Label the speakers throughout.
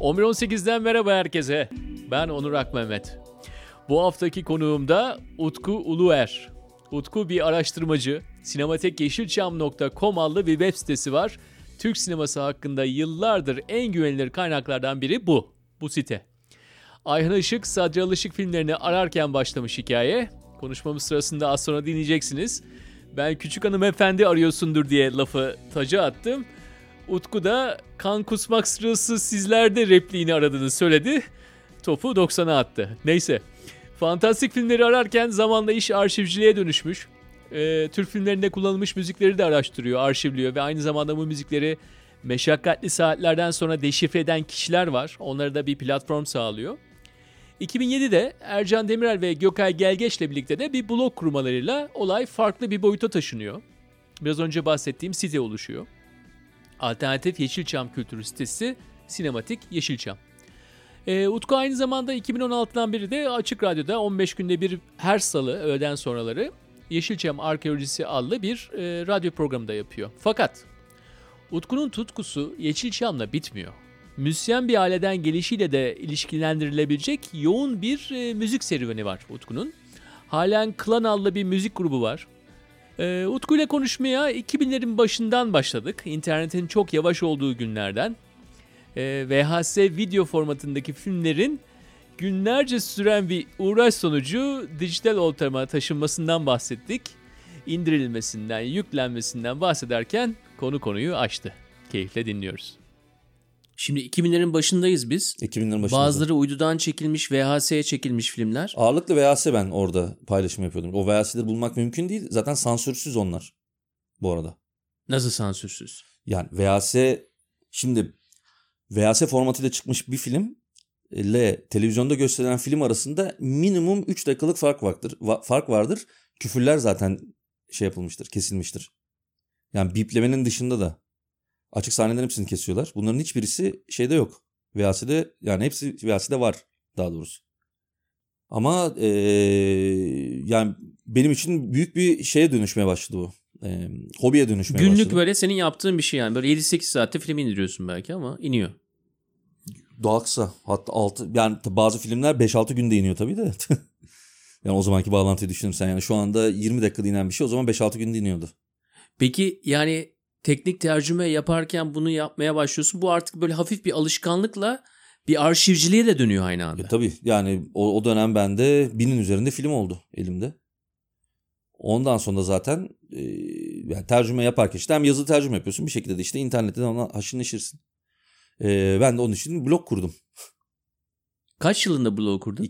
Speaker 1: 11.18'den merhaba herkese. Ben Onur Akmehmet. Bu haftaki konuğum da Utku Uluer. Utku bir araştırmacı. Sinematekyeşilçam.com adlı bir web sitesi var. Türk sineması hakkında yıllardır en güvenilir kaynaklardan biri bu. Bu site. Ayhan Işık, Sadri Alışık filmlerini ararken başlamış hikaye. Konuşmamız sırasında az sonra dinleyeceksiniz. Ben küçük hanımefendi arıyorsundur diye lafı taca attım. Utku da kan kusmak sırası sizlerde repliğini aradığını söyledi. Topu 90'a attı. Neyse. Fantastik filmleri ararken zamanla iş arşivciliğe dönüşmüş. Türk filmlerinde kullanılmış müzikleri de araştırıyor, arşivliyor ve aynı zamanda bu müzikleri meşakkatli saatlerden sonra deşifre eden kişiler var. Onlara da bir platform sağlıyor. 2007'de Ercan Demirel ve Gökay Gelgeç'le birlikte de bir blog kurmalarıyla olay farklı bir boyuta taşınıyor. Biraz önce bahsettiğim site oluşuyor. Alternatif Yeşilçam kültürü sitesi Sinematik Yeşilçam. Utku aynı zamanda 2016'dan beri de Açık Radyo'da 15 günde bir her salı öğleden sonraları Yeşilçam Arkeolojisi adlı bir radyo programı da yapıyor. Fakat Utku'nun tutkusu Yeşilçam'la bitmiyor. Müzisyen bir aileden gelişiyle de ilişkilendirilebilecek yoğun bir müzik serüveni var Utku'nun. Halen Klan adlı bir müzik grubu var. Utku ile konuşmaya 2000'lerin başından başladık. İnternetin çok yavaş olduğu günlerden. VHS video formatındaki filmlerin günlerce süren bir uğraş sonucu dijital ortama taşınmasından bahsettik. İndirilmesinden, yüklenmesinden bahsederken konuyu açtı. Keyifle dinliyoruz. Şimdi 2000'lerin başındayız biz.
Speaker 2: 2000'lerin başında.
Speaker 1: Bazıları uydudan çekilmiş, VHS'ye çekilmiş filmler.
Speaker 2: Ağırlıklı VHS ben orada paylaşım yapıyordum. O VHS'leri bulmak mümkün değil. Zaten sansürsüz onlar bu arada.
Speaker 1: Nasıl sansürsüz?
Speaker 2: Yani şimdi VHS formatıyla çıkmış bir film ile televizyonda gösterilen film arasında minimum 3 dakikalık fark vardır. Küfürler zaten yapılmıştır, kesilmiştir. Yani biplemenin dışında da açık sahnelerin hepsini kesiyorlar. Bunların hiçbirisi yok. VHS'de, yani hepsi VHS'de var daha doğrusu. Ama yani benim için büyük bir şeye dönüşmeye başladı bu. Hobiye dönüşmeye başladı.
Speaker 1: Günlük böyle senin yaptığın bir şey yani. Böyle 7-8 saatte film indiriyorsun belki ama iniyor.
Speaker 2: Daha kısa. Hatta 6, yani bazı filmler 5-6 günde iniyor tabii de. Yani o zamanki bağlantıyı düşünürsen, yani şu anda 20 dakikada inen bir şey o zaman 5-6 günde iniyordu.
Speaker 1: Peki yani teknik tercüme yaparken bunu yapmaya başlıyorsun. Bu artık böyle hafif bir alışkanlıkla bir arşivciliğe de dönüyor aynı anda.
Speaker 2: Tabii yani o dönem bende 1000'in üzerinde film oldu elimde. Ondan sonra zaten yani tercüme yaparken işte hem yazılı tercüme yapıyorsun, bir şekilde de işte internetten ona haşır neşirsin. Ben de onun için blog kurdum.
Speaker 1: Kaç yılında blog kurdun?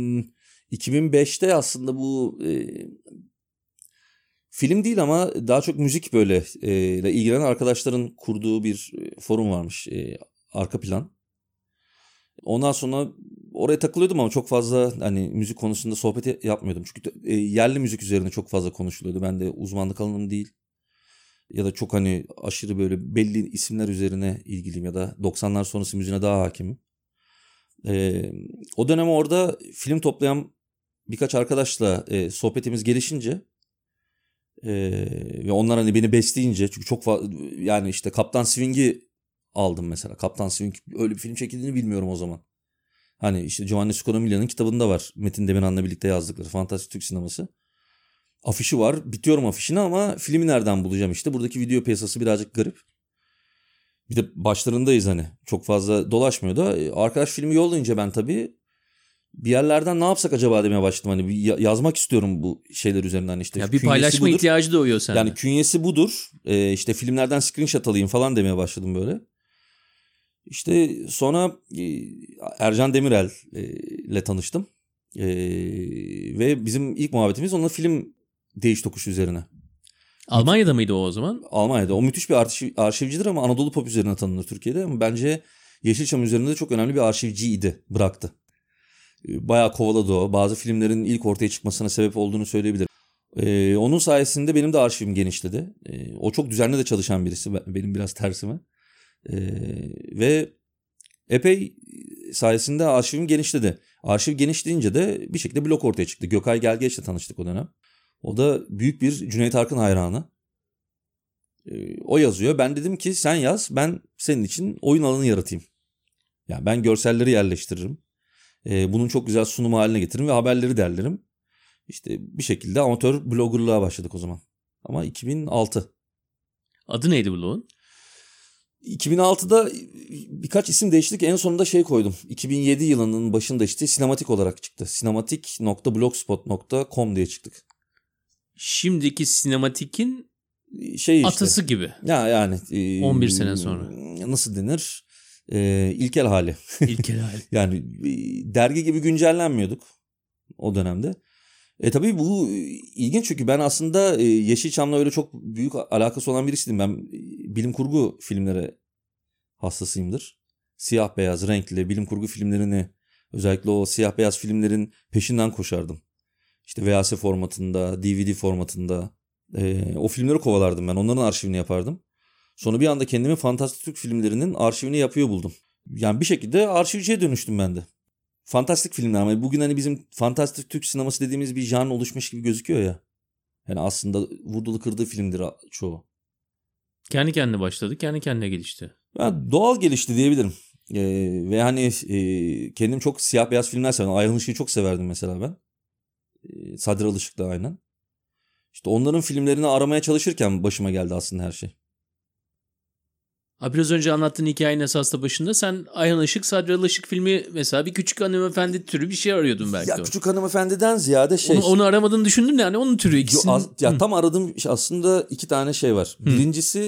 Speaker 2: 2005'te aslında bu film değil ama daha çok müzik böyle ile ilgilenen arkadaşların kurduğu bir forum varmış, arka plan. Ondan sonra oraya takılıyordum ama çok fazla hani müzik konusunda sohbet yapmıyordum. Çünkü yerli müzik üzerine çok fazla konuşuluyordu. Ben de uzmanlık alanım değil. Ya da çok hani aşırı böyle belli isimler üzerine ilgiliyim ya da 90'lar sonrası müziğine daha hakimim. O dönem orada film toplayan birkaç arkadaşla sohbetimiz gelişince ve onlar hani beni besleyince, çünkü çok fazla yani işte Kaptan Swing'i aldım mesela. Kaptan Swing, öyle bir film çekildiğini bilmiyorum o zaman. Hani işte Giovanni Scolamilla'nın kitabında var. Metin Demirhan'la birlikte yazdıkları Fantastik Türk Sineması. Afişi var. Bitiyorum afişini ama filmi nereden bulacağım işte. Buradaki video piyasası birazcık garip. Bir de başlarındayız hani. Çok fazla dolaşmıyor da. Arkadaş filmi yollayınca ben tabii bir yerlerden ne yapsak acaba demeye başladım. Hani bir yazmak istiyorum bu şeyler üzerinden işte.
Speaker 1: Ya bir paylaşma budur. İhtiyacı doğuyor sende.
Speaker 2: Yani künyesi budur. İşte filmlerden screenshot alayım falan demeye başladım böyle. İşte sonra Ercan Demirel ile tanıştım. Ve bizim ilk muhabbetimiz onunla film değiş tokuş üzerine.
Speaker 1: Almanya'da mıydı o zaman?
Speaker 2: Almanya'da. O müthiş bir arşivcidir ama Anadolu Pop üzerine tanınır Türkiye'de. Ama bence Yeşilçam üzerinde de çok önemli bir arşivciydi. Bıraktı. Bayağı kovaladı o. Bazı filmlerin ilk ortaya çıkmasına sebep olduğunu söyleyebilirim. Onun sayesinde benim de arşivim genişledi. O çok düzenli de çalışan birisi. Benim biraz tersime. Ve epey sayesinde arşivim genişledi. Arşiv genişleyince de bir şekilde blog ortaya çıktı. Gökay Gelgeç'le tanıştık o dönem. O da büyük bir Cüneyt Arkın hayranı. O yazıyor. Ben dedim ki sen yaz, ben senin için oyun alanı yaratayım. Yani ben görselleri yerleştiririm. Bunun çok güzel sunumu haline getiririm ve haberleri derlerim. İşte bir şekilde amatör bloggerlığa başladık o zaman. Ama 2006.
Speaker 1: Adı neydi blogun?
Speaker 2: 2006'da birkaç isim değiştirdik. En sonunda şey koydum. 2007 yılının başında işte sinematik olarak çıktı. Sinematik.blogspot.com diye çıktık.
Speaker 1: Şimdiki sinematik'in
Speaker 2: Şey işte,
Speaker 1: atası gibi.
Speaker 2: Ya yani
Speaker 1: 11 sene sonra.
Speaker 2: Nasıl denir? İlkel hali.
Speaker 1: İlkel hali.
Speaker 2: Yani dergi gibi güncellenmiyorduk o dönemde. Tabii bu ilginç çünkü ben aslında Yeşilçam'la öyle çok büyük alakası olan birisiydim. Ben bilim kurgu filmlere hastasıyımdır. Siyah beyaz, renkli bilim kurgu filmlerini, özellikle o siyah beyaz filmlerin peşinden koşardım. İşte VHS formatında, DVD formatında o filmleri kovalardım ben. Onların arşivini yapardım. Sonra bir anda kendimi fantastik Türk filmlerinin arşivini yapıyor buldum. Yani bir şekilde arşivciye dönüştüm ben de. Fantastik filmler ama bugün hani bizim fantastik Türk sineması dediğimiz bir janr oluşmuş gibi gözüküyor ya. Yani aslında vurdulu kırdığı filmdir çoğu.
Speaker 1: Kendi kendine başladı, kendi kendine gelişti.
Speaker 2: Yani doğal gelişti diyebilirim. Ve hani kendim çok siyah beyaz filmler severdim. Ayhan Işık'ı çok severdim mesela ben. Sadri Alışık'la aynen. İşte onların filmlerini aramaya çalışırken başıma geldi aslında her şey.
Speaker 1: Abi biraz önce anlattığın hikayenin esasında başında sen Ayhan Işık, Sadri Alışık filmi mesela bir küçük hanımefendi türü bir şey arıyordun belki.
Speaker 2: Ya küçük hanımefendiden ziyade şey.
Speaker 1: Onu aramadığını düşündüm de yani onun türü ikisini.
Speaker 2: Ya tam aradığım aslında iki tane şey var. Birincisi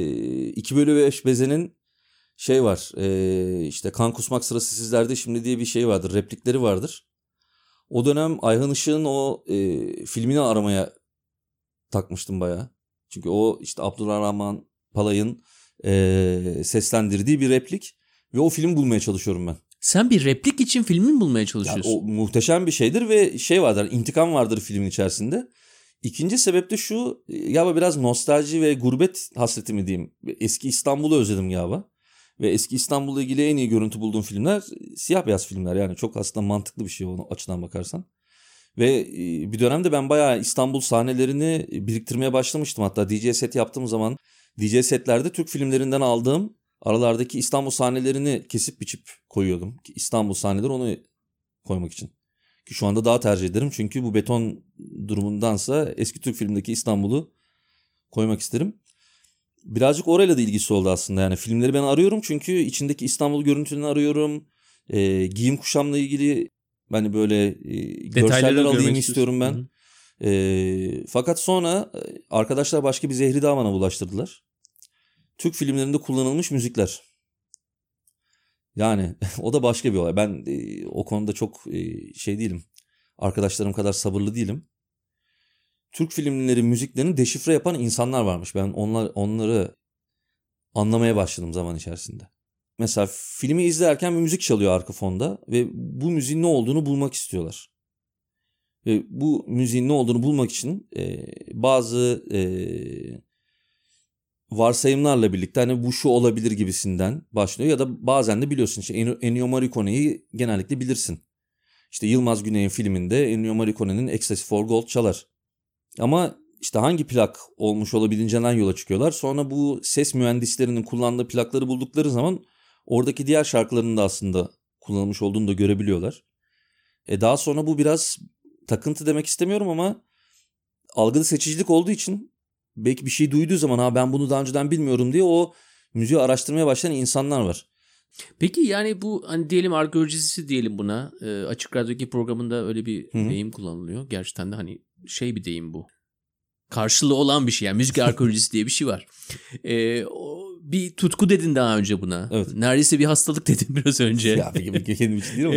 Speaker 2: 2/5 bezenin şey var. İşte kan kusmak sırası sizlerde şimdi diye bir şey vardır. Replikleri vardır. O dönem Ayhan Işık'ın o filmini aramaya takmıştım bayağı. Çünkü o işte Abdurrahman Palay'ın seslendirdiği bir replik ve o filmi bulmaya çalışıyorum ben.
Speaker 1: Sen bir replik için filmi mi bulmaya
Speaker 2: Ya
Speaker 1: çalışıyorsun?
Speaker 2: o muhteşem bir şeydir ve şey vardır, intikam vardır filmin içerisinde. İkinci sebep de şu, galiba biraz nostalji ve gurbet hasreti mi diyeyim. Eski İstanbul'u özledim galiba. Ve eski İstanbul'la ilgili en iyi görüntü bulduğum filmler siyah beyaz filmler. Yani çok aslında mantıklı bir şey o açıdan bakarsan. Ve bir dönemde ben bayağı İstanbul sahnelerini biriktirmeye başlamıştım. Hatta DJ set yaptığım zaman DJ setlerde Türk filmlerinden aldığım aralardaki İstanbul sahnelerini kesip biçip koyuyordum. İstanbul sahneleri onu koymak için. Ki şu anda daha tercih ederim. Çünkü bu beton durumundansa eski Türk filmindeki İstanbul'u koymak isterim. Birazcık orayla da ilgisi oldu aslında. Yani filmleri ben arıyorum çünkü içindeki İstanbul görüntülerini arıyorum. Giyim kuşamla ilgili hani böyle görseller alayım istiyorum ben. Fakat sonra arkadaşlar başka bir zehri daha bana bulaştırdılar. Türk filmlerinde kullanılmış müzikler. Yani o da başka bir olay. Ben o konuda çok şey değilim. Arkadaşlarım kadar sabırlı değilim. Türk filmleri müziklerini deşifre yapan insanlar varmış. Ben onları anlamaya başladım zaman içerisinde. Mesela filmi izlerken bir müzik çalıyor arka fonda ve bu müziğin ne olduğunu bulmak istiyorlar. Ve bu müziğin ne olduğunu bulmak için bazı varsayımlarla birlikte hani bu şu olabilir gibisinden başlıyor. Ya da bazen de biliyorsun işte Ennio Morricone'yi genellikle bilirsin. İşte Yılmaz Güney'in filminde Ennio Morricone'nin Ecstasy for Gold çalar. Ama işte hangi plak olmuş olabileceğinden yola çıkıyorlar. Sonra bu ses mühendislerinin kullandığı plakları buldukları zaman oradaki diğer şarkıların da aslında kullanılmış olduğunu da görebiliyorlar. Daha sonra bu biraz takıntı demek istemiyorum ama algıda seçicilik olduğu için belki bir şey duyduğu zaman ben bunu daha önceden bilmiyorum diye o müziği araştırmaya başlayan insanlar var.
Speaker 1: Peki yani bu hani diyelim arkeolojisi diyelim buna. Açık Radyo'daki programında öyle bir deyim kullanılıyor. Gerçekten de hani şey bir deyim bu. Karşılığı olan bir şey yani müzik arkeolojisi diye bir şey var. Bir tutku dedin daha önce buna.
Speaker 2: Evet.
Speaker 1: Neredeyse bir hastalık dedin biraz önce.
Speaker 2: Ya peki kendim için değil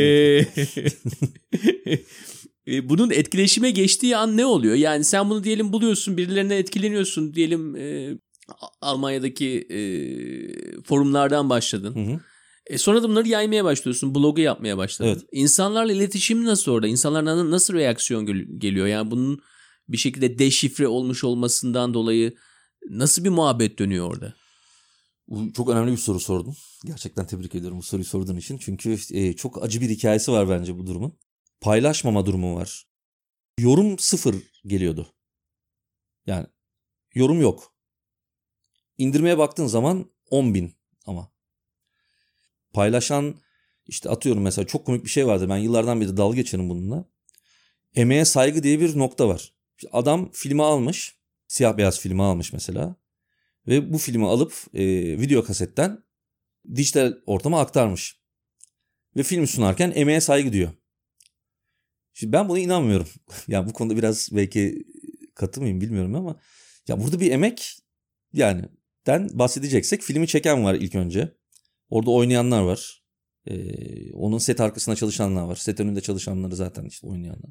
Speaker 2: ama.
Speaker 1: Bunun etkileşime geçtiği an ne oluyor? Yani sen bunu diyelim buluyorsun, birilerine etkileniyorsun. Diyelim Almanya'daki forumlardan başladın. Sonra da bunları yaymaya başlıyorsun. Blogu yapmaya başladın.
Speaker 2: Evet.
Speaker 1: İnsanlarla iletişim nasıl orada? İnsanlardan nasıl reaksiyon geliyor? Yani bunun bir şekilde deşifre olmuş olmasından dolayı nasıl bir muhabbet dönüyor orada?
Speaker 2: Çok önemli bir soru sordun. Gerçekten tebrik ediyorum bu soruyu sorduğun için. Çünkü çok acı bir hikayesi var bence bu durumun. Paylaşmama durumu var. Yorum 0 geliyordu. Yani yorum yok. İndirmeye baktığın zaman 10.000 ama. Paylaşan İşte atıyorum mesela çok komik bir şey vardı. Ben yıllardan beri dalga geçerim bununla. Emeğe saygı diye bir nokta var. İşte adam filmi almış. Siyah beyaz filmi almış mesela. Ve bu filmi alıp video kasetten dijital ortama aktarmış. Ve filmi sunarken emeğe saygı diyor. Şimdi ben buna inanmıyorum. Yani bu konuda biraz belki katı mıyım bilmiyorum ama ya burada bir emek yani bahsedeceksek filmi çeken var ilk önce. Orada oynayanlar var. Onun set arkasında çalışanlar var. Set önünde çalışanları zaten işte oynayanlar.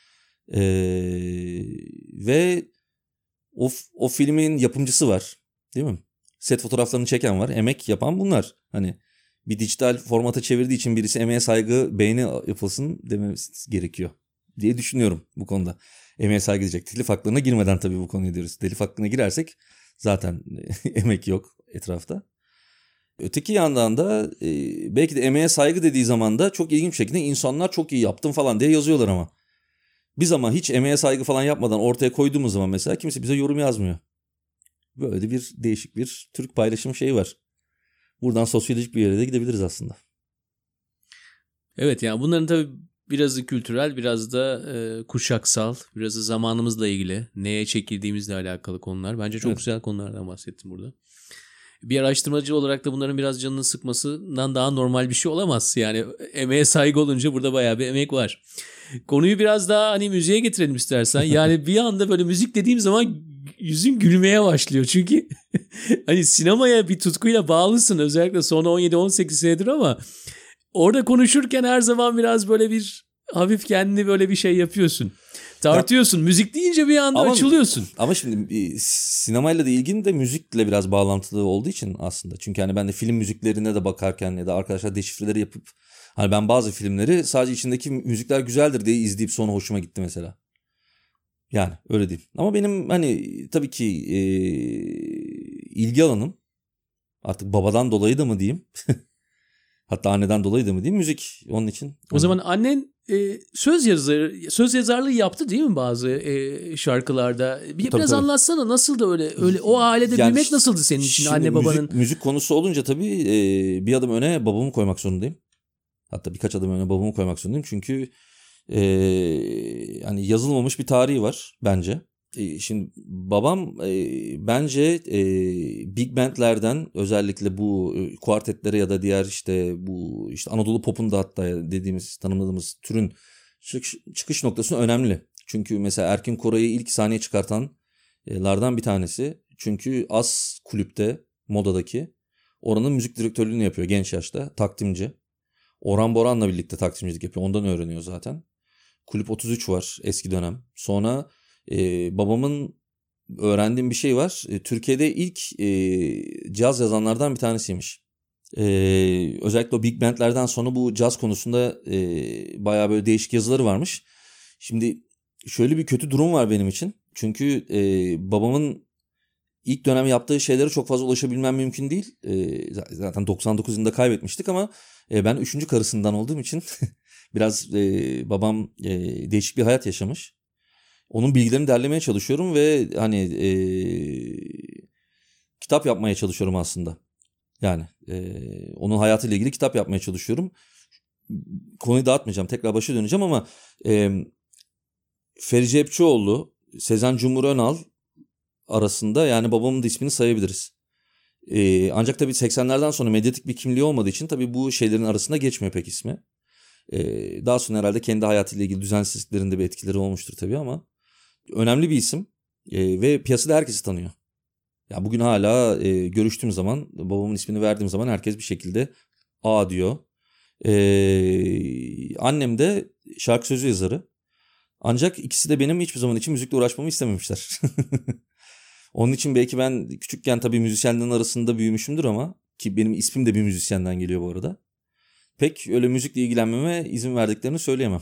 Speaker 2: Ve o filmin yapımcısı var. Değil mi? Set fotoğraflarını çeken var. Emek yapan bunlar. Hani bir dijital formata çevirdiği için birisi emeğe saygı beğeni yapılsın dememiz gerekiyor diye düşünüyorum bu konuda. Emeğe saygı diyecek. Telif haklarına girmeden tabii bu konuyu diyoruz. Telif hakkına girersek zaten emek yok etrafta. Öteki yandan da belki de emeğe saygı dediği zaman da çok ilginç bir şekilde insanlar çok iyi yaptın falan diye yazıyorlar ama. Biz ama hiç emeğe saygı falan yapmadan ortaya koyduğumuz zaman mesela kimse bize yorum yazmıyor. Böyle bir değişik bir Türk paylaşım şeyi var. Buradan sosyolojik bir yere de gidebiliriz aslında.
Speaker 1: Evet yani bunların tabii birazı kültürel, biraz da kuşaksal, birazı zamanımızla ilgili, neye çekildiğimizle alakalı konular. Bence çok güzel konulardan bahsettim burada. Bir araştırmacı olarak da bunların biraz canını sıkmasından daha normal bir şey olamaz. Yani emeğe saygı olunca burada bayağı bir emek var. Konuyu biraz daha hani müziğe getirelim istersen. Yani bir anda böyle müzik dediğim zaman yüzün gülmeye başlıyor. Çünkü hani sinemaya bir tutkuyla bağlısın. Özellikle son 17-18 senedir ama orada konuşurken her zaman biraz böyle bir hafif kendini böyle bir şey yapıyorsun. Tartıyorsun. Müzik deyince bir anda açılıyorsun.
Speaker 2: Ama şimdi sinemayla da ilgin de müzikle biraz bağlantılı olduğu için aslında. Çünkü hani ben de film müziklerine de bakarken ya da arkadaşlar deşifreleri yapıp hani ben bazı filmleri sadece içindeki müzikler güzeldir diye izleyip sonra hoşuma gitti mesela. Yani öyle diyeyim. Ama benim hani tabii ki ilgi alanım artık babadan dolayı da mı diyeyim? Hatta anneden dolayı da mı diyeyim? Müzik onun için.
Speaker 1: O zaman annen söz yazarlığı yaptı değil mi bazı şarkılarda? Biraz anlatsana nasıl da öyle o ailede yani büyümek nasıldı senin için anne babanın?
Speaker 2: Müzik konusu olunca tabii bir adım öne babamı koymak zorundayım. Hatta birkaç adım öne babamı koymak zorundayım. Çünkü hani yazılmamış bir tarihi var bence. Şimdi babam bence big bandlerden özellikle bu kuartetlere ya da diğer işte bu işte Anadolu pop'un da hatta dediğimiz tanımladığımız türün çıkış noktası önemli. Çünkü mesela Erkin Koray'ı ilk sahneye çıkartanlardan bir tanesi. Çünkü As kulüpte Moda'daki oranın müzik direktörlüğünü yapıyor genç yaşta takdimci. Orhan Boran'la birlikte takdimcilik yapıyor. Ondan öğreniyor zaten. Kulüp 33 var eski dönem. Sonra babamın öğrendiğim bir şey var. Türkiye'de ilk caz yazanlardan bir tanesiymiş. Özellikle o big bandlerden sonra bu caz konusunda bayağı böyle değişik yazıları varmış. Şimdi şöyle bir kötü durum var benim için. Çünkü babamın ilk dönem yaptığı şeylere çok fazla ulaşabilmem mümkün değil. Zaten 99 yılında kaybetmiştik ama ben 3. karısından olduğum için biraz babam değişik bir hayat yaşamış. Onun bilgilerini derlemeye çalışıyorum ve hani kitap yapmaya çalışıyorum aslında. Yani onun hayatıyla ilgili kitap yapmaya çalışıyorum. Konuyu dağıtmayacağım. Tekrar başa döneceğim ama Feri Cepçioğlu, Sezen Cumhur Önal arasında yani babamın da ismini sayabiliriz. Ancak tabii 80'lerden sonra medyatik bir kimliği olmadığı için tabii bu şeylerin arasında geçmiyor pek ismi. Daha sonra herhalde kendi hayatıyla ilgili düzensizliklerinde bir etkileri olmuştur tabii ama önemli bir isim ve piyasada herkesi tanıyor. Ya bugün hala görüştüğüm zaman babamın ismini verdiğim zaman herkes bir şekilde A diyor. Annem de şarkı sözü yazarı. Ancak ikisi de benim hiçbir zaman için müzikle uğraşmamı istememişler. Onun için belki ben küçükken tabii müzisyenlerin arasında büyümüşümdür ama ki benim ismim de bir müzisyenden geliyor bu arada. Pek öyle müzikle ilgilenmeme izin verdiklerini söyleyemem.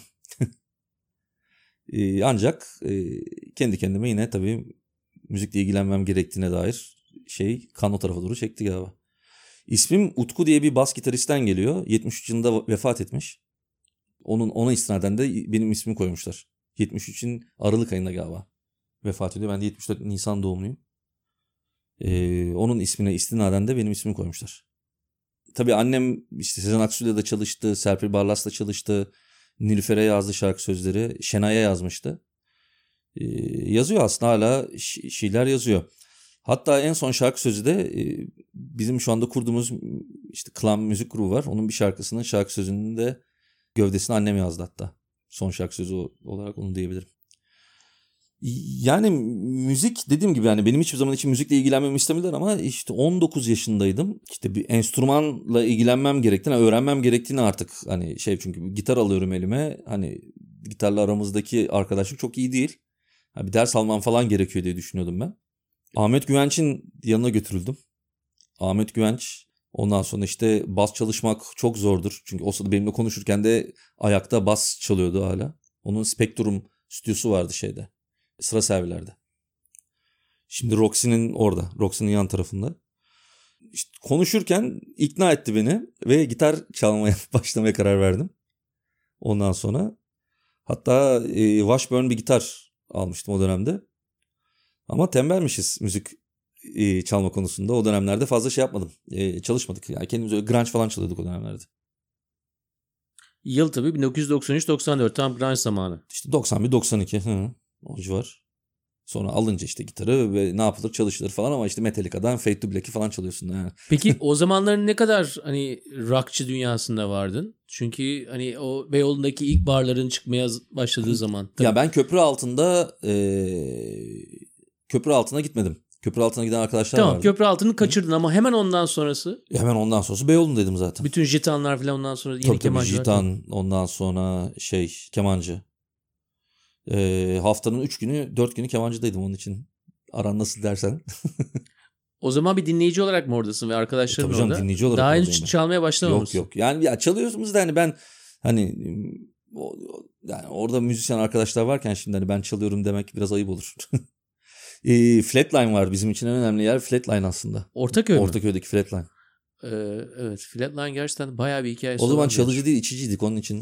Speaker 2: Ancak kendi kendime yine tabii müzikle ilgilenmem gerektiğine dair kan o tarafa doğru çekti galiba. İsmim Utku diye bir bas gitaristten geliyor. 73 yılında vefat etmiş. Ona istinaden de benim ismimi koymuşlar. 73'ün Aralık ayında galiba vefat ediyor. Ben de 74 Nisan doğumluyum. Onun ismine istinaden de benim ismimi koymuşlar. tabii annem işte Sezen Aksu'yla da çalıştı, Serpil Barlas'la çalıştı. Nilüfer'e yazdı şarkı sözleri. Şenay'a yazmıştı. Yazıyor aslında, hala şiirler yazıyor. Hatta en son şarkı sözü de bizim şu anda kurduğumuz işte Klan müzik grubu var. Onun bir şarkısının şarkı sözünün de gövdesini annem yazdı hatta. Son şarkı sözü olarak onu diyebilirim. Yani müzik, dediğim gibi, yani benim hiçbir zaman için müzikle ilgilenmemi istemediler ama işte 19 yaşındaydım. İşte bir enstrümanla ilgilenmem gerektiğini, öğrenmem gerektiğini artık hani çünkü gitar alıyorum elime. Hani gitarla aramızdaki arkadaşlık çok iyi değil. Bir ders almam falan gerekiyor diye düşünüyordum ben. Ahmet Güvenç'in yanına götürüldüm. Ahmet Güvenç, ondan sonra işte bas çalışmak çok zordur. Çünkü o sırada benimle konuşurken de ayakta bas çalıyordu hala. Onun Spektrum stüdyosu vardı Sıra servilerde. Şimdi Roxy'nin orada. Roxy'nin yan tarafında. İşte konuşurken ikna etti beni ve gitar çalmaya başlamaya karar verdim. Ondan sonra hatta Washburn bir gitar almıştım o dönemde. Ama tembelmişiz müzik çalma konusunda. O dönemlerde fazla yapmadım. Çalışmadık. Yani kendimiz öyle grunge falan çalıyorduk o dönemlerde.
Speaker 1: Yıl tabii 1993-94, tam grunge zamanı.
Speaker 2: İşte 91-92 o civar. Sonra alınca işte gitarı ve ne yapılır, çalışılır falan, ama işte Metallica'dan Fade to Black'i falan çalıyorsun yani.
Speaker 1: Peki o zamanların ne kadar hani rockçı dünyasında vardın? Çünkü hani o Beyoğlu'ndaki ilk barların çıkmaya başladığı zaman. Tabii.
Speaker 2: Ya ben köprü altına gitmedim. Köprü altına giden arkadaşlar vardı.
Speaker 1: Tamam, köprü altını kaçırdın ama hemen ondan sonrası?
Speaker 2: Hemen ondan sonrası Beyoğlu'ndaydım zaten.
Speaker 1: Bütün jitanlar falan, ondan sonra yeni kemancılar.
Speaker 2: Jitan, ondan sonra kemancı. Haftanın 3 günü 4 günü kemancıdaydım, onun için aran nasıl dersen.
Speaker 1: O zaman bir dinleyici olarak mı oradasın ve arkadaşların
Speaker 2: tabii canım,
Speaker 1: orada?
Speaker 2: dinleyici olarak
Speaker 1: daha
Speaker 2: oradayım
Speaker 1: henüz
Speaker 2: ben.
Speaker 1: çalmaya başlamamışsın.
Speaker 2: Yok. Yani ya çalıyorsunuz da hani ben hani yani orada müzisyen arkadaşlar varken şimdi hani ben çalıyorum demek biraz ayıp olur. Flatline var bizim için en önemli yer, Flatline aslında.
Speaker 1: Ortaköy mü?
Speaker 2: Ortaköy'deki Flatline.
Speaker 1: Evet, Flatline gerçekten bayağı bir hikayesi
Speaker 2: var. O zaman
Speaker 1: olan
Speaker 2: çalıcı değil, içiciydik onun için.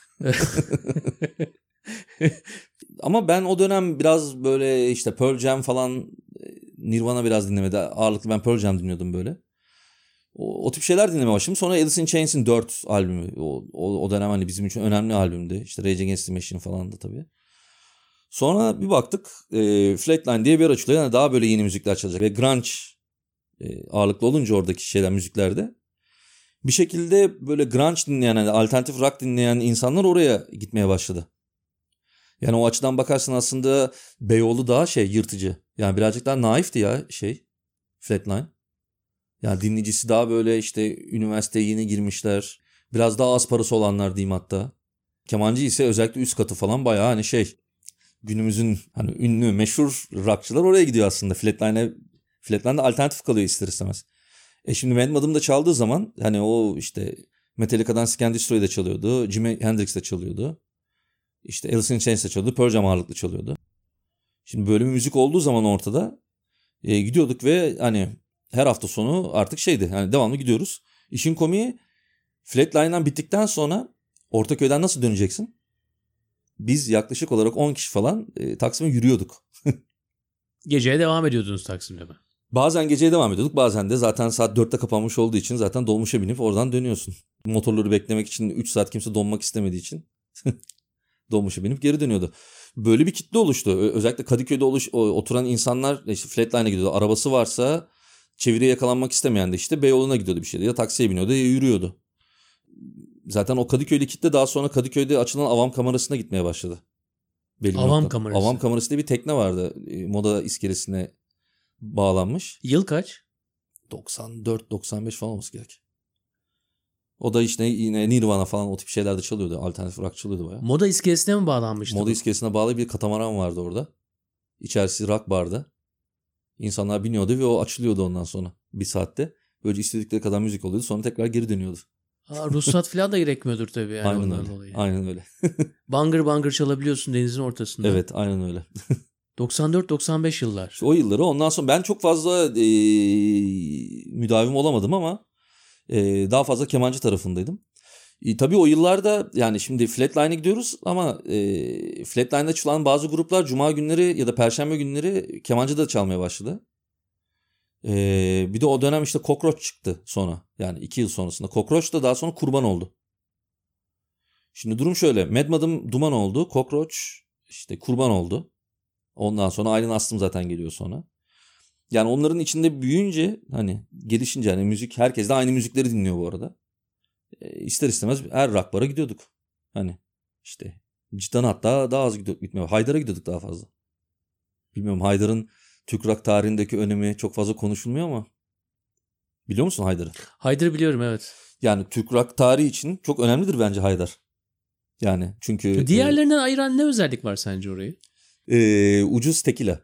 Speaker 2: Ama ben o dönem biraz böyle işte Pearl Jam falan, Nirvana biraz dinlemedi. Ağırlıklı ben Pearl Jam dinliyordum böyle. O tip şeyler dinlemeye başladım. Sonra Alice in Chains'in 4 albümü. O dönem hani bizim için önemli albümdü. İşte Rage Against the Machine falan da tabii. Sonra bir baktık Flatline diye bir yer açılıyor. Yani daha böyle yeni müzikler çalacak. Ve grunge ağırlıklı olunca oradaki müziklerde. Bir şekilde böyle grunge dinleyen, yani alternatif rock dinleyen insanlar oraya gitmeye başladı. Yani o açıdan bakarsan aslında Beyoğlu daha yırtıcı. Yani birazcık daha naifti ya Flatline. Yani dinleyicisi daha böyle işte üniversiteye yeni girmişler. Biraz daha az parası olanlar diyeyim hatta. Kemancı ise özellikle üst katı falan bayağı hani günümüzün hani ünlü meşhur rockçılar oraya gidiyor aslında. Flatline'de alternatif kalıyor ister istemez. Şimdi Mad Mad'ım çaldığı zaman hani o işte Metallica'dan Scan Destroy'da çalıyordu. Jimi Hendrix de çalıyordu. İşte Alice in Chains'de çalıyordu. Pearl Jam ağırlıklı çalıyordu. Şimdi böyle bir müzik olduğu zaman ortada gidiyorduk ve hani her hafta sonu artık hani devamlı gidiyoruz. İşin komiği, Flatline'dan bittikten sonra Ortaköy'den nasıl döneceksin? Biz yaklaşık olarak 10 kişi falan Taksim'e yürüyorduk.
Speaker 1: Geceye devam ediyordunuz Taksim'de mi?
Speaker 2: Bazen geceye devam ediyorduk, bazen de zaten saat 4'te kapanmış olduğu için zaten dolmuşa binip oradan dönüyorsun. Motorları beklemek için 3 saat kimse donmak istemediği için dolmuşa binip geri dönüyordu. Böyle bir kitle oluştu. Özellikle Kadıköy'de oturan insanlar işte Flatline'a gidiyordu. Arabası varsa çeviriye yakalanmak istemeyen de işte Beyoğlu'na gidiyordu bir şeyde. Ya taksiye biniyordu ya yürüyordu. Zaten o Kadıköy'lü kitle daha sonra Kadıköy'de açılan Avam Kamerası'na gitmeye başladı.
Speaker 1: Avam Kamerası.
Speaker 2: Avam Kamerası diye bir tekne vardı. Moda iskelesine bağlanmış.
Speaker 1: Yıl kaç?
Speaker 2: 94-95 falan olması gerek. O da işte yine Nirvana falan o tip şeyler de çalıyordu. Alternatif rock çalıyordu bayağı.
Speaker 1: Moda iskelesine mi bağlanmıştı?
Speaker 2: Moda iskelesine bağlı bir katamaran vardı orada. İçerisi rock bardı. İnsanlar biniyordu ve o açılıyordu ondan sonra bir saatte. Böylece istedikleri kadar müzik oluyordu. Sonra tekrar geri dönüyordu.
Speaker 1: Ruhsat falan da gerekmiyordur tabii. Yani
Speaker 2: aynen öyle.
Speaker 1: Dolayı.
Speaker 2: Aynen öyle.
Speaker 1: Bangır bangır çalabiliyorsun denizin ortasında.
Speaker 2: Evet, aynen öyle.
Speaker 1: 94-95 yıllar.
Speaker 2: İşte o yılları, ondan sonra ben çok fazla müdavim olamadım ama daha fazla kemancı tarafındaydım. Tabii o yıllarda yani şimdi Flatline'e gidiyoruz ama Flatline'da çalan bazı gruplar Cuma günleri ya da Perşembe günleri kemancı da çalmaya başladı. Bir de o dönem işte Cockroach çıktı sonra. Yani 2 yıl sonrasında. Cockroach da daha sonra kurban oldu. Şimdi durum şöyle. Mad Madam duman oldu. Cockroach işte kurban oldu. Ondan sonra Aylin Aslım zaten geliyor sonra. Yani onların içinde büyüyünce hani gelişince hani müzik herkes de aynı müzikleri dinliyor bu arada. İster istemez her rock bara gidiyorduk. Hani işte cidden hatta daha az gitmiyor. Haydar'a gidiyorduk daha fazla. Bilmiyorum Haydar'ın Türk rock tarihindeki önemi çok fazla konuşulmuyor ama biliyor musun Haydar'ı?
Speaker 1: Haydar'ı biliyorum, evet.
Speaker 2: Yani Türk rock tarihi için çok önemlidir bence Haydar. Yani çünkü
Speaker 1: Diğerlerinden ayıran ne özellik var sence orayı?
Speaker 2: Ucuz tekila.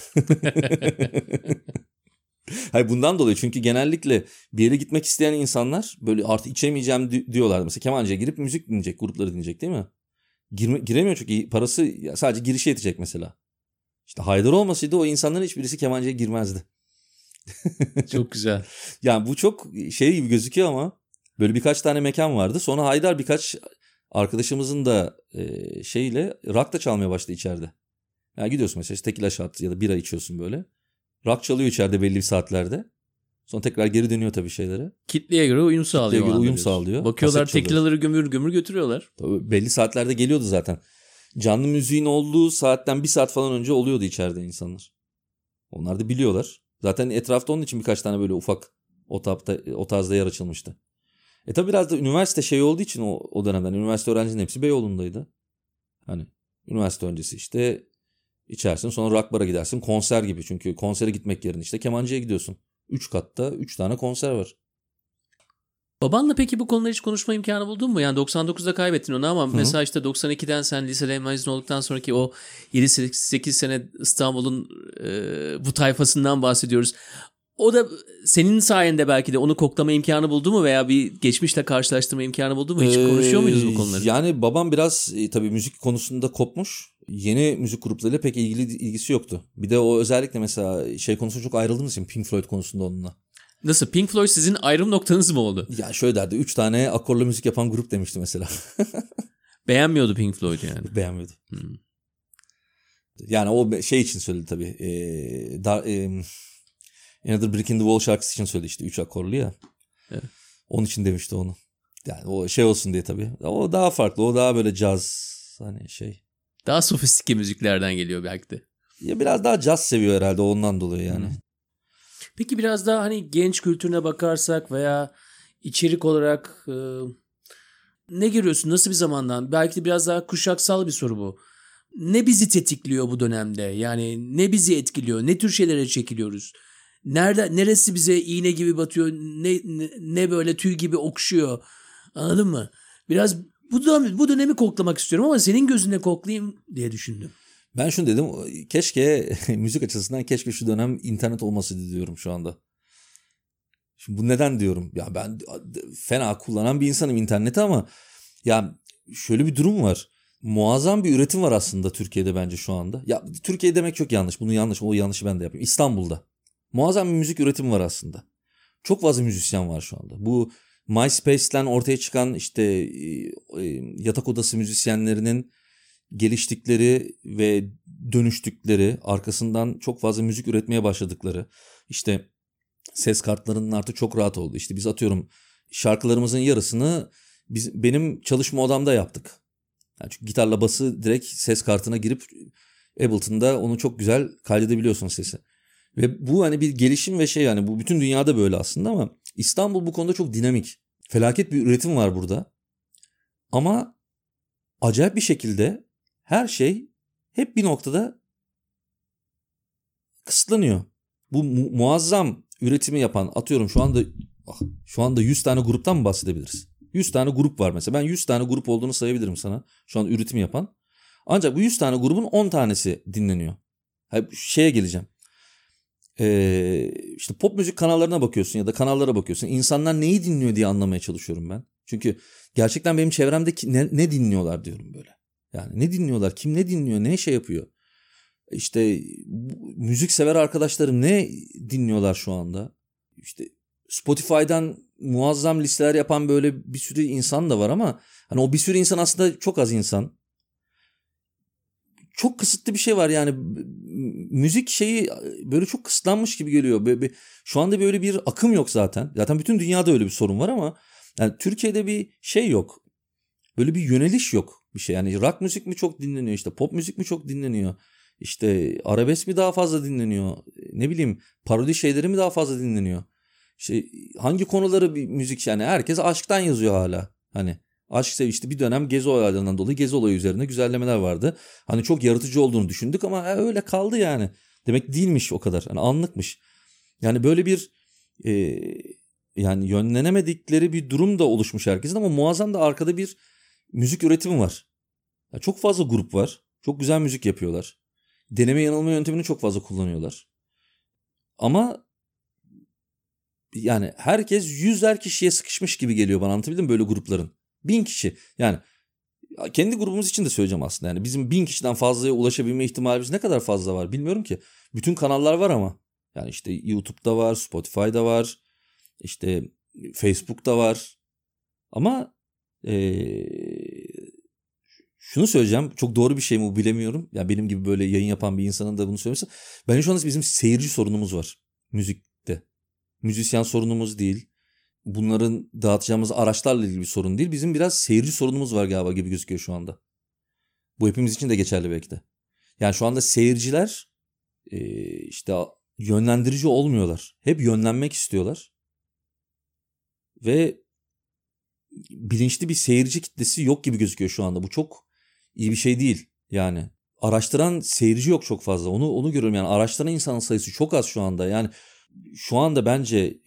Speaker 2: Hayır bundan dolayı çünkü genellikle bir yere gitmek isteyen insanlar böyle artık içemeyeceğim diyorlar. Mesela kemancıya girip müzik dinleyecek, grupları dinleyecek değil mi? Giremiyor çünkü parası sadece girişe yetecek mesela. İşte Haydar olmasaydı o insanların hiçbirisi kemancıya girmezdi.
Speaker 1: Çok güzel.
Speaker 2: Yani bu çok şey gibi gözüküyor ama böyle birkaç tane mekan vardı. Sonra Haydar birkaç arkadaşımızın da şeyle rock da çalmaya başladı içeride. Yani gidiyorsun mesela işte tekila shot ya da bira içiyorsun böyle. Rock çalıyor içeride belli bir saatlerde. Sonra tekrar geri dönüyor tabii şeylere.
Speaker 1: Kitleye göre uyum sağlıyor.
Speaker 2: Kitleye göre uyum sağlıyor.
Speaker 1: Bakıyorlar tekilaları gömür gömür götürüyorlar.
Speaker 2: Tabii belli saatlerde geliyordu zaten. Canlı müziğin olduğu saatten bir saat falan önce oluyordu içeride insanlar. Onlar da biliyorlar. Zaten etrafta onun için birkaç tane böyle ufak o tarzda yer açılmıştı. Tabii biraz da üniversite şey olduğu için o dönemden üniversite öğrencilerin hepsi Beyoğlu'ndaydı. Hani üniversite öncesi işte içersin sonra rock bara gidersin konser gibi. Çünkü konsere gitmek yerine işte kemancıya gidiyorsun. 3 katta 3 tane konser var.
Speaker 1: Babanla peki bu konuları hiç konuşma imkanı buldun mu? Yani 99'da kaybettin onu ama mesela işte 92'den sen liseden mezun olduktan sonraki o 7-8 sene İstanbul'un bu tayfasından bahsediyoruz. O da senin sayende belki de onu koklama imkanı buldu mu veya bir geçmişle karşılaştırma imkanı buldu mu? Hiç konuşuyor muydunuz bu konuları?
Speaker 2: Yani babam biraz tabii müzik konusunda kopmuş. Yeni müzik gruplarıyla pek ilgisi yoktu. Bir de o özellikle mesela şey konusunda çok ayrıldığımız için Pink Floyd konusunda onunla.
Speaker 1: Nasıl? Pink Floyd sizin ayrım noktanız mı oldu?
Speaker 2: Ya şöyle derdi 3 tane akorla müzik yapan grup demişti mesela.
Speaker 1: Beğenmiyordu Pink Floyd yani.
Speaker 2: Beğenmiyordu. Yani o şey için söyledi tabii. Another Brick in the Wall şarkısı için söyledi işte 3 akorlu ya.
Speaker 1: Evet.
Speaker 2: Onun için demişti onu. Yani o şey olsun diye tabii. O daha farklı. O daha böyle caz hani şey.
Speaker 1: Daha sofistike müziklerden geliyor belki de.
Speaker 2: Ya biraz daha caz seviyor herhalde ondan dolayı yani.
Speaker 1: Peki biraz daha hani genç kültürüne bakarsak veya içerik olarak ne görüyorsun? Nasıl bir zamandan? Belki de biraz daha kuşaksal bir soru bu. Ne bizi tetikliyor bu dönemde? Yani ne bizi etkiliyor? Ne tür şeylere çekiliyoruz? Neresi bize iğne gibi batıyor? Ne böyle tüy gibi okşuyor? Anladın mı? Biraz bu dönemi koklamak istiyorum ama senin gözünde koklayayım diye düşündüm.
Speaker 2: Ben şunu dedim. Keşke müzik açısından keşke şu dönem internet olmasaydı diyorum şu anda. Şimdi bu neden diyorum? Ya ben fena kullanan bir insanım interneti ama ya şöyle bir durum var. Muazzam bir üretim var aslında Türkiye'de bence şu anda. Ya Türkiye demek çok yanlış. Bunu yanlış. O yanlışı ben de yapayım. İstanbul'da. Muazzam bir müzik üretimi var aslında. Çok fazla müzisyen var şu anda. Bu MySpace'ten ortaya çıkan işte yatak odası müzisyenlerinin geliştikleri ve dönüştükleri, arkasından çok fazla müzik üretmeye başladıkları, işte ses kartlarının artık çok rahat oldu. İşte biz atıyorum şarkılarımızın yarısını benim çalışma odamda yaptık. Yani çünkü gitarla bası direkt ses kartına girip Ableton'da onu çok güzel kaydedebiliyorsun sesi. Ve bu hani bir gelişim ve şey yani bu bütün dünyada böyle aslında ama İstanbul bu konuda çok dinamik. Felaket bir üretim var burada. Ama acayip bir şekilde her şey hep bir noktada kısıtlanıyor. Bu muazzam üretimi yapan atıyorum şu anda 100 tane gruptan mı bahsedebiliriz? 100 tane grup var mesela. Ben 100 tane grup olduğunu sayabilirim sana. Şu an üretim yapan. Ancak bu 100 tane grubun 10 tanesi dinleniyor. Şeye geleceğim. İşte pop müzik kanallarına bakıyorsun ya da kanallara bakıyorsun. İnsanlar neyi dinliyor diye anlamaya çalışıyorum ben. Çünkü gerçekten benim çevremdeki ne dinliyorlar diyorum böyle. Yani ne dinliyorlar? Kim ne dinliyor? Ne şey yapıyor? İşte müzik sever arkadaşlarım ne dinliyorlar şu anda? İşte Spotify'dan muazzam listeler yapan böyle bir sürü insan da var ama hani o bir sürü insan aslında çok az insan. çok kısıtlı bir şey var yani müzik şeyi böyle çok kısıtlanmış gibi geliyor. Şu anda böyle bir akım yok zaten. Zaten bütün dünyada öyle bir sorun var ama yani Türkiye'de bir şey yok. Böyle bir yöneliş yok bir şey. Yani rock müzik mi çok dinleniyor, işte pop müzik mi çok dinleniyor, işte arabesk mi daha fazla dinleniyor, ne bileyim parodi şeyleri mi daha fazla dinleniyor. İşte hangi konuları bir müzik, yani herkes aşktan yazıyor hala. Hani aşk işte bir dönem gezi olaylarından dolayı gezi olayı üzerine güzellemeler vardı. Hani çok yaratıcı olduğunu düşündük ama öyle kaldı yani. Demek değilmiş o kadar. Yani anlıkmış. Yani böyle bir yani yönlenemedikleri bir durum da oluşmuş herkesin ama muazzam da arkada bir müzik üretimi var. Ya çok fazla grup var. Çok güzel müzik yapıyorlar. Deneme yanılma yöntemini çok fazla kullanıyorlar. Ama yani herkes yüzler kişiye sıkışmış gibi geliyor bana, anlatabildim mi böyle grupların? 1000 kişi. Yani kendi grubumuz için de söyleyeceğim aslında. Yani bizim 1000 kişiden fazlaya ulaşabilme ihtimalimiz ne kadar fazla var bilmiyorum ki. Bütün kanallar var ama. Yani işte YouTube'da var, Spotify'da var, işte Facebook'ta var. Ama şunu söyleyeceğim. Çok doğru bir şey mi bu bilemiyorum. Yani benim gibi böyle yayın yapan bir insanın da bunu söylemesi. Bence şu anda bizim seyirci sorunumuz var müzikte. Müzisyen sorunumuz değil. Bunların dağıtacağımız araçlarla ilgili bir sorun değil. Bizim biraz seyirci sorunumuz var galiba gibi gözüküyor şu anda. Bu hepimiz için de geçerli belki de. Yani şu anda seyirciler işte yönlendirici olmuyorlar. Hep yönlenmek istiyorlar. Ve bilinçli bir seyirci kitlesi yok gibi gözüküyor şu anda. Bu çok iyi bir şey değil. Yani araştıran seyirci yok çok fazla. Onu görüyorum yani, araştıran insan sayısı çok az şu anda. Yani şu anda bence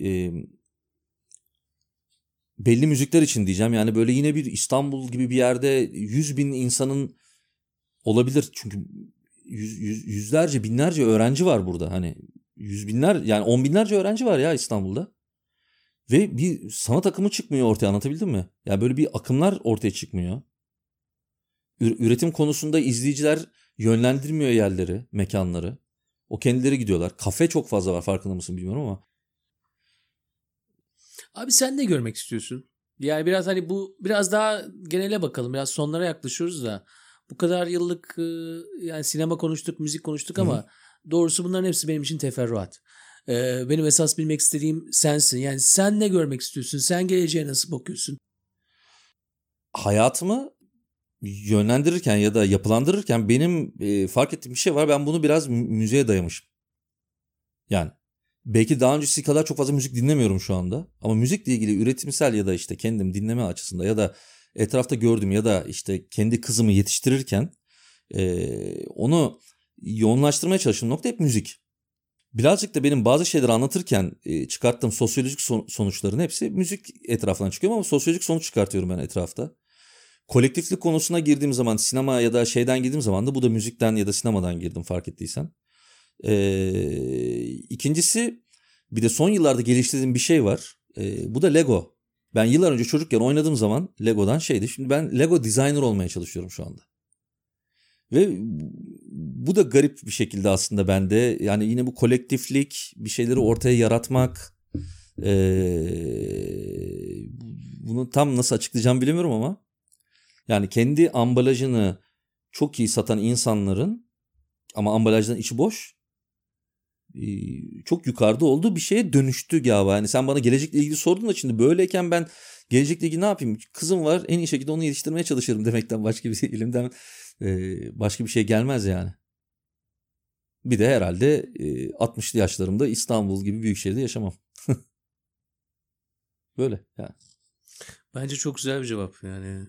Speaker 2: belli müzikler için diyeceğim. Yani böyle yine bir İstanbul gibi bir yerde 100.000 insanın olabilir. Çünkü yüzlerce, binlerce öğrenci var burada. Hani yüz binler, yani 10 binlerce öğrenci var ya İstanbul'da. Ve bir sanat akımı çıkmıyor ortaya, anlatabildim mi? Yani böyle bir akımlar ortaya çıkmıyor. Üretim konusunda izleyiciler yönlendirmiyor yerleri, mekanları. O kendileri gidiyorlar. Kafe çok fazla var, farkında mısın bilmiyorum ama.
Speaker 1: Abi sen ne görmek istiyorsun? Yani biraz hani bu biraz daha genele bakalım. Biraz sonlara yaklaşıyoruz da. Bu kadar yıllık yani sinema konuştuk, müzik konuştuk ama doğrusu bunların hepsi benim için teferruat. Benim esas bilmek istediğim sensin. Yani sen ne görmek istiyorsun? Sen geleceğe nasıl bakıyorsun?
Speaker 2: Hayatımı yönlendirirken ya da yapılandırırken benim fark ettiğim bir şey var. Ben bunu biraz müziğe dayamışım. Yani belki daha öncesi kadar çok fazla müzik dinlemiyorum şu anda. Ama müzikle ilgili üretimsel ya da işte kendim dinleme açısında ya da etrafta gördüğüm ya da işte kendi kızımı yetiştirirken onu yoğunlaştırmaya çalıştığım nokta hep müzik. Birazcık da benim bazı şeyleri anlatırken çıkarttığım sosyolojik sonuçların hepsi müzik etrafından çıkıyor ama sosyolojik sonuç çıkartıyorum ben etrafta. Kolektiflik konusuna girdiğim zaman, sinema ya da şeyden girdiğim zaman da bu da müzikten ya da sinemadan girdim fark ettiysen. İkincisi, bir de son yıllarda geliştirdiğim bir şey var. Bu da Lego. Ben yıllar önce çocukken oynadığım zaman Lego'dan şeydi. Şimdi ben Lego designer olmaya çalışıyorum şu anda. Ve bu da garip bir şekilde aslında bende. Yani yine bu kolektiflik, bir şeyleri ortaya yaratmak. Bunu tam nasıl açıklayacağım bilemiyorum ama. Yani kendi ambalajını çok iyi satan insanların ama ambalajdan içi boş, çok yukarıda olduğu bir şeye dönüştü galiba. Yani sen bana gelecekle ilgili sordun da şimdi böyleyken ben gelecekle ilgili ne yapayım? Kızım var, en iyi şekilde onu yetiştirmeye çalışırım demekten başka bir elimden başka bir şey gelmez yani. Bir de herhalde 60'lı yaşlarımda İstanbul gibi büyük şehirde yaşamam. Böyle yani.
Speaker 1: Bence çok güzel bir cevap yani.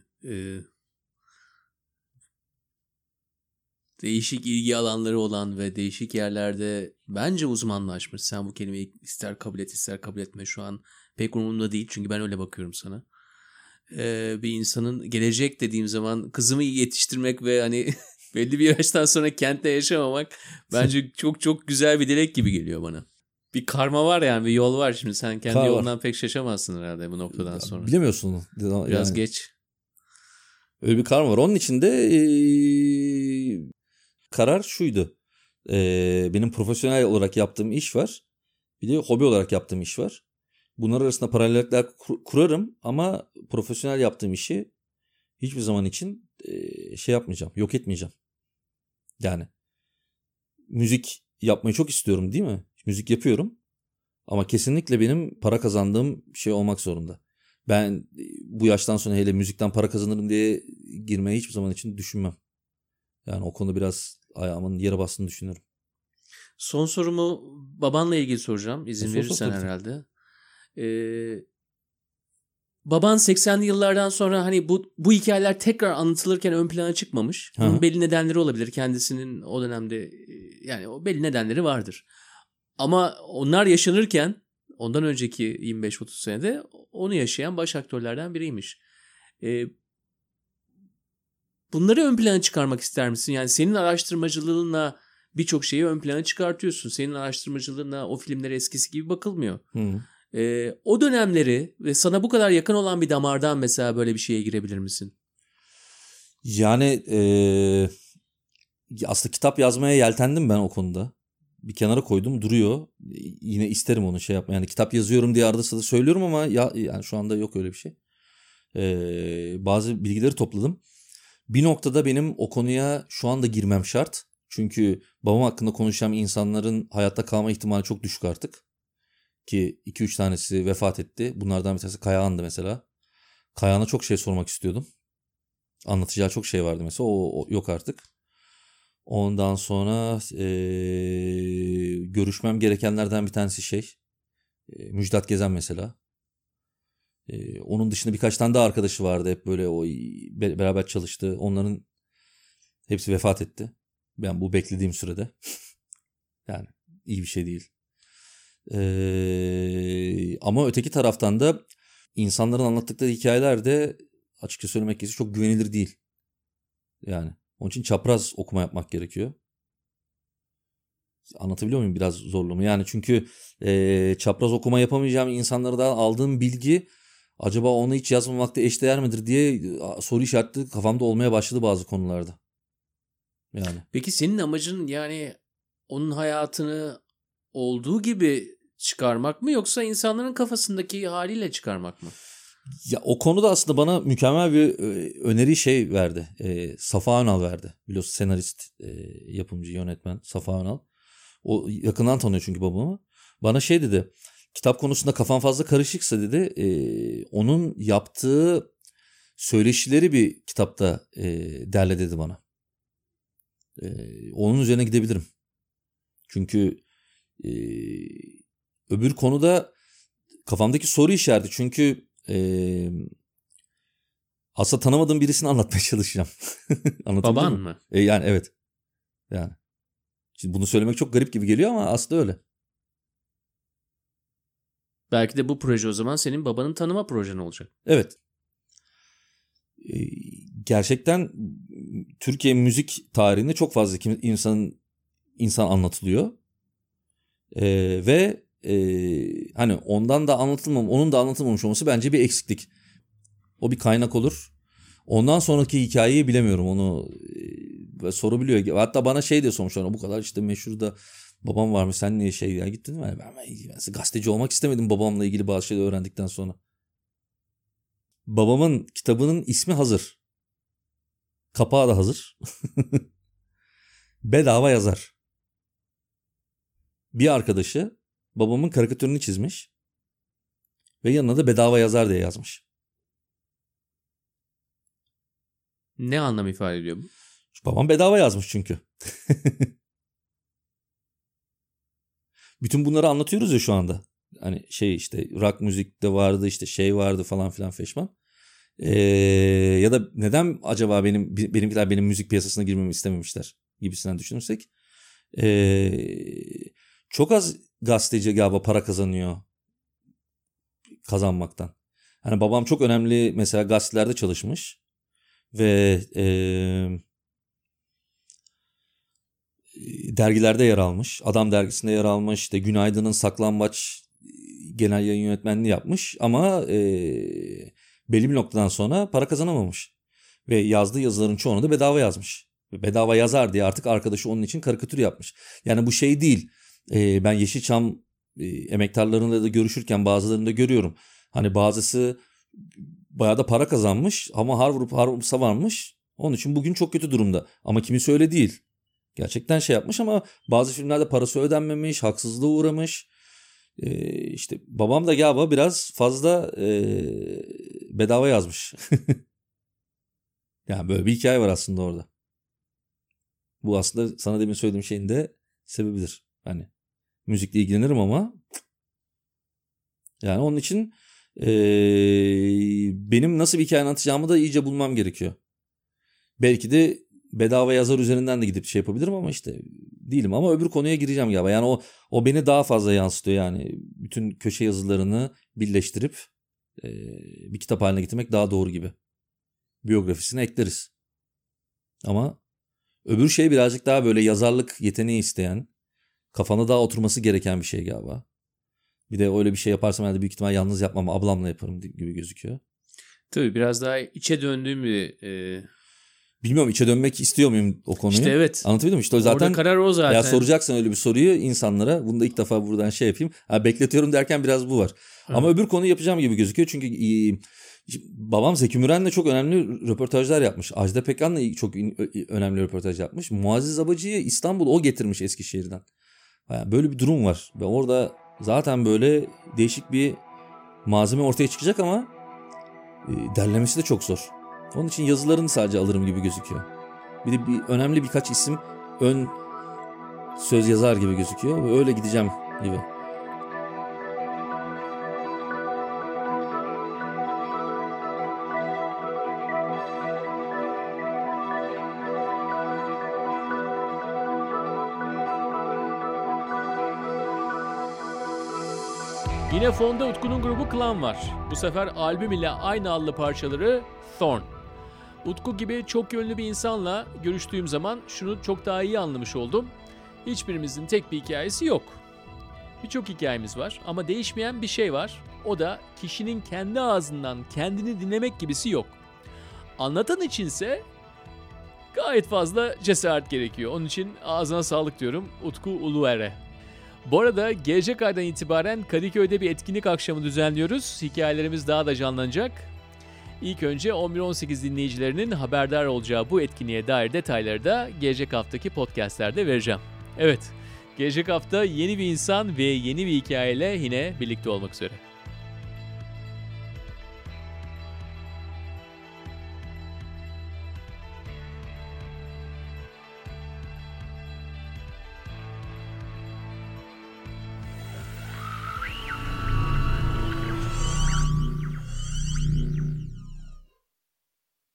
Speaker 1: Değişik ilgi alanları olan ve değişik yerlerde bence uzmanlaşmış. Sen bu kelimeyi ister kabul et ister kabul etme, şu an pek umurumda değil. Çünkü ben öyle bakıyorum sana. Bir insanın gelecek dediğim zaman kızımı iyi yetiştirmek ve hani belli bir yaştan sonra kentte yaşamamak bence çok çok güzel bir dilek gibi geliyor bana. Bir karma var yani, bir yol var. Şimdi sen kendi yolundan pek şaşamazsın herhalde bu noktadan sonra.
Speaker 2: Bilemiyorsun.
Speaker 1: Biraz
Speaker 2: yani,
Speaker 1: geç.
Speaker 2: Öyle bir karma var. Onun için de karar şuydu. Benim profesyonel olarak yaptığım iş var. Bir de hobi olarak yaptığım iş var. Bunlar arasında paralellikler kurarım ama profesyonel yaptığım işi hiçbir zaman için şey yapmayacağım, yok etmeyeceğim. Yani müzik yapmayı çok istiyorum değil mi? Müzik yapıyorum. Ama kesinlikle benim para kazandığım şey olmak zorunda. Ben bu yaştan sonra hele müzikten para kazanırım diye girmeyi hiçbir zaman için düşünmem. Yani o konuda biraz ayağımın yere bastığını düşünüyorum.
Speaker 1: Son sorumu babanla ilgili soracağım. İzin verirsen
Speaker 2: tabii.
Speaker 1: herhalde. Baban 80'li yıllardan sonra hani bu hikayeler tekrar anlatılırken ön plana çıkmamış. Bunun
Speaker 2: Hı-hı.
Speaker 1: belli nedenleri olabilir. Kendisinin o dönemde yani o belli nedenleri vardır. Ama onlar yaşanırken ondan önceki 25-30 senede onu yaşayan baş aktörlerden biriymiş. Bunları ön plana çıkarmak ister misin? Yani senin araştırmacılığınla birçok şeyi ön plana çıkartıyorsun. Senin araştırmacılığınla o filmlere eskisi gibi bakılmıyor.
Speaker 2: Hı.
Speaker 1: O dönemleri ve sana bu kadar yakın olan bir damardan mesela böyle bir şeye girebilir misin?
Speaker 2: Yani aslında kitap yazmaya yeltendim ben o konuda. Bir kenara koydum, duruyor. Yine isterim onu şey yapma. Yani kitap yazıyorum diye arada sırada söylüyorum ama yani şu anda yok öyle bir şey. Bazı bilgileri topladım. Bir noktada benim o konuya şu anda girmem şart. Çünkü babam hakkında konuşan insanların hayatta kalma ihtimali çok düşük artık. Ki 2-3 tanesi vefat etti. Bunlardan bir tanesi Kayahan'dı mesela. Kayahan'a çok şey sormak istiyordum. Anlatacağı çok şey vardı mesela. O yok artık. Ondan sonra görüşmem gerekenlerden bir tanesi Müjdat Gezen mesela. Onun dışında birkaç tane daha arkadaşı vardı. Hep böyle beraber çalıştı. Onların hepsi vefat etti. Ben bu beklediğim sürede. Yani iyi bir şey değil. Ama öteki taraftan da insanların anlattıkları hikayeler de açıkça söylemek gerekirse çok güvenilir değil. Yani onun için çapraz okuma yapmak gerekiyor. Anlatabiliyor muyum biraz zorluğumu? Yani çünkü çapraz okuma yapamayacağım insanlardan aldığım bilgi acaba onu hiç yazmamakta eşdeğer midir diye soru işaretleri kafamda olmaya başladı bazı konularda. Yani.
Speaker 1: Peki senin amacın yani onun hayatını olduğu gibi çıkarmak mı yoksa insanların kafasındaki haliyle çıkarmak mı?
Speaker 2: Ya o konuda aslında bana mükemmel bir öneri verdi. Safa Önal verdi. Biliyorsun senarist, yapımcı, yönetmen Safa Önal. O yakından tanıyor çünkü babamı. Bana dedi. Kitap konusunda kafan fazla karışıksa dedi. Onun yaptığı söyleşileri bir kitapta derle dedi bana. Onun üzerine gidebilirim. Çünkü öbür konuda kafamdaki soru işareti. Çünkü aslında tanımadığım birisini anlatmaya çalışacağım. Anlatabildim
Speaker 1: Baban
Speaker 2: mi?
Speaker 1: mı?
Speaker 2: Yani evet. Yani. Şimdi bunu söylemek çok garip gibi geliyor ama aslında öyle.
Speaker 1: Belki de bu proje o zaman senin babanın tanıma projen olacak.
Speaker 2: Evet. Gerçekten Türkiye müzik tarihinde çok fazla insan anlatılıyor. Ve hani onun da anlatılmamış olması bence bir eksiklik. O bir kaynak olur. Ondan sonraki hikayeyi bilemiyorum. Onu sorabiliyor. Hatta bana diye sormuşlar. Bu kadar işte meşhur da babam varmış. Sen niye gittin mi? Ben gazeteci olmak istemedim babamla ilgili bazı şeyleri öğrendikten sonra. Babamın kitabının ismi hazır. Kapağı da hazır. Bedava yazar. Bir arkadaşı babamın karikatürünü çizmiş. Ve yanına da bedava yazar diye yazmış.
Speaker 1: Ne anlam ifade ediyor bu?
Speaker 2: Babam bedava yazmış çünkü. Bütün bunları anlatıyoruz ya şu anda. Hani işte rock müzikte vardı işte vardı falan filan feşman. Ya da neden acaba benimkiler benim müzik piyasasına girmemi istememişler gibisinden düşünürsek. Çok az gazeteci galiba para kazanmaktan. Hani babam çok önemli mesela gazetelerde çalışmış. Ve dergilerde yer almış. Adam dergisinde yer almış. İşte Günaydın'ın Saklambaç genel yayın yönetmenliği yapmış. Ama belli bir noktadan sonra para kazanamamış. Ve yazdığı yazıların çoğunu da bedava yazmış. Ve bedava yazar diye artık arkadaşı onun için karikatür yapmış. Yani bu değil. Ben Yeşilçam emektarlarıyla da görüşürken bazılarını da görüyorum. Hani bazısı bayağı da para kazanmış ama har vurup savarmış. Onun için bugün çok kötü durumda. Ama kimisi öyle değil. Gerçekten şey yapmış ama bazı filmlerde parası ödenmemiş, haksızlığa uğramış. İşte babam da galiba biraz fazla bedava yazmış. Yani böyle bir hikaye var aslında orada. Bu aslında sana demin söylediğim şeyin de sebebidir. Hani müzikle ilgilenirim ama yani onun için benim nasıl bir hikaye anlatacağımı da iyice bulmam gerekiyor. Belki de bedava yazar üzerinden de gidip şey yapabilirim ama işte değilim. Ama öbür konuya gireceğim galiba. Yani o beni daha fazla yansıtıyor yani. Bütün köşe yazılarını birleştirip bir kitap haline getirmek daha doğru gibi. Biyografisine ekleriz. Ama öbür şey birazcık daha böyle yazarlık yeteneği isteyen, kafana daha oturması gereken bir şey galiba. Bir de öyle bir şey yaparsam ben de büyük ihtimal yalnız yapmam, ablamla yaparım gibi gözüküyor.
Speaker 1: Tabii biraz daha içe döndüğüm bir...
Speaker 2: Bilmiyorum içe dönmek istiyor muyum o konuyu?
Speaker 1: İşte evet.
Speaker 2: Anlatabildim mi? İşte o zaten,
Speaker 1: orada karar o zaten.
Speaker 2: Ya soracaksan öyle bir soruyu insanlara, bunu da ilk defa buradan şey yapayım. Bekletiyorum derken biraz bu var. Hı. Ama öbür konuyu yapacağım gibi gözüküyor. Çünkü babam Zeki Müren'le çok önemli röportajlar yapmış. Ajda Pekkan'la çok önemli röportaj yapmış. Muazzez Abacı'yı İstanbul'a o getirmiş Eskişehir'den. Yani böyle bir durum var. Ve orada zaten böyle değişik bir malzeme ortaya çıkacak ama derlemesi de çok zor. Onun için yazılarını sadece alırım gibi gözüküyor. Bir de önemli birkaç isim ön söz yazar gibi gözüküyor ve öyle gideceğim gibi.
Speaker 1: Yine fonda Utku'nun grubu Klan var. Bu sefer albüm ile aynı adlı parçaları Thorn. Utku gibi çok yönlü bir insanla görüştüğüm zaman şunu çok daha iyi anlamış oldum. Hiçbirimizin tek bir hikayesi yok. Birçok hikayemiz var ama değişmeyen bir şey var. O da kişinin kendi ağzından kendini dinlemek gibisi yok. Anlatan içinse gayet fazla cesaret gerekiyor. Onun için ağzına sağlık diyorum Utku Uluer'e. Bu arada gelecek aydan itibaren Kadıköy'de bir etkinlik akşamı düzenliyoruz. Hikayelerimiz daha da canlanacak. İlk önce 11-18 dinleyicilerinin haberdar olacağı bu etkinliğe dair detayları da gelecek haftaki podcastlerde vereceğim. Evet, gelecek hafta yeni bir insan ve yeni bir hikayeyle yine birlikte olmak üzere.